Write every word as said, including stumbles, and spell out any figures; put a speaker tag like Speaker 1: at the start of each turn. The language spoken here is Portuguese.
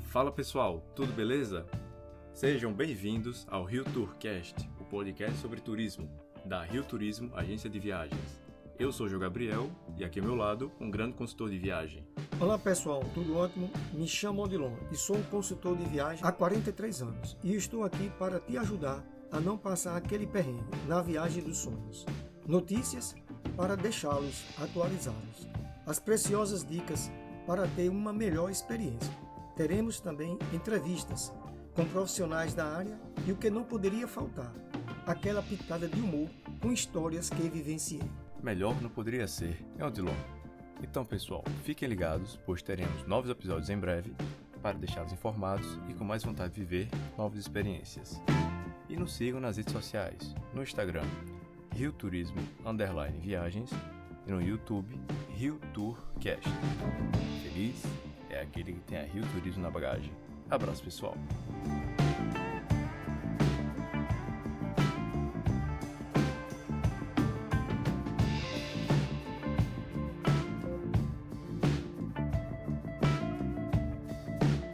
Speaker 1: Fala pessoal, tudo beleza? Sejam bem-vindos ao Rio Tourcast, o podcast sobre turismo, da Rio Turismo Agência de Viagens. Eu sou o João Gabriel e aqui ao meu lado, um grande consultor de viagem.
Speaker 2: Olá pessoal, tudo ótimo? Me chamo Odilon e sou um consultor de viagem há quarenta e três anos e estou aqui para te ajudar a não passar aquele perrengue na viagem dos sonhos. Notícias para deixá-los atualizados. As preciosas dicas para ter uma melhor experiência. Teremos também entrevistas com profissionais da área e o que não poderia faltar, aquela pitada de humor com histórias que vivenciei.
Speaker 1: Melhor não poderia ser, é Odilon. Então pessoal, fiquem ligados, pois teremos novos episódios em breve para deixá-los informados e com mais vontade de viver novas experiências. E nos sigam nas redes sociais, no Instagram, Rio Turismo Underline Viagens e no YouTube, Rio Tourcast. Feliz é aquele que tem a Rio Turismo na bagagem. Abraço pessoal!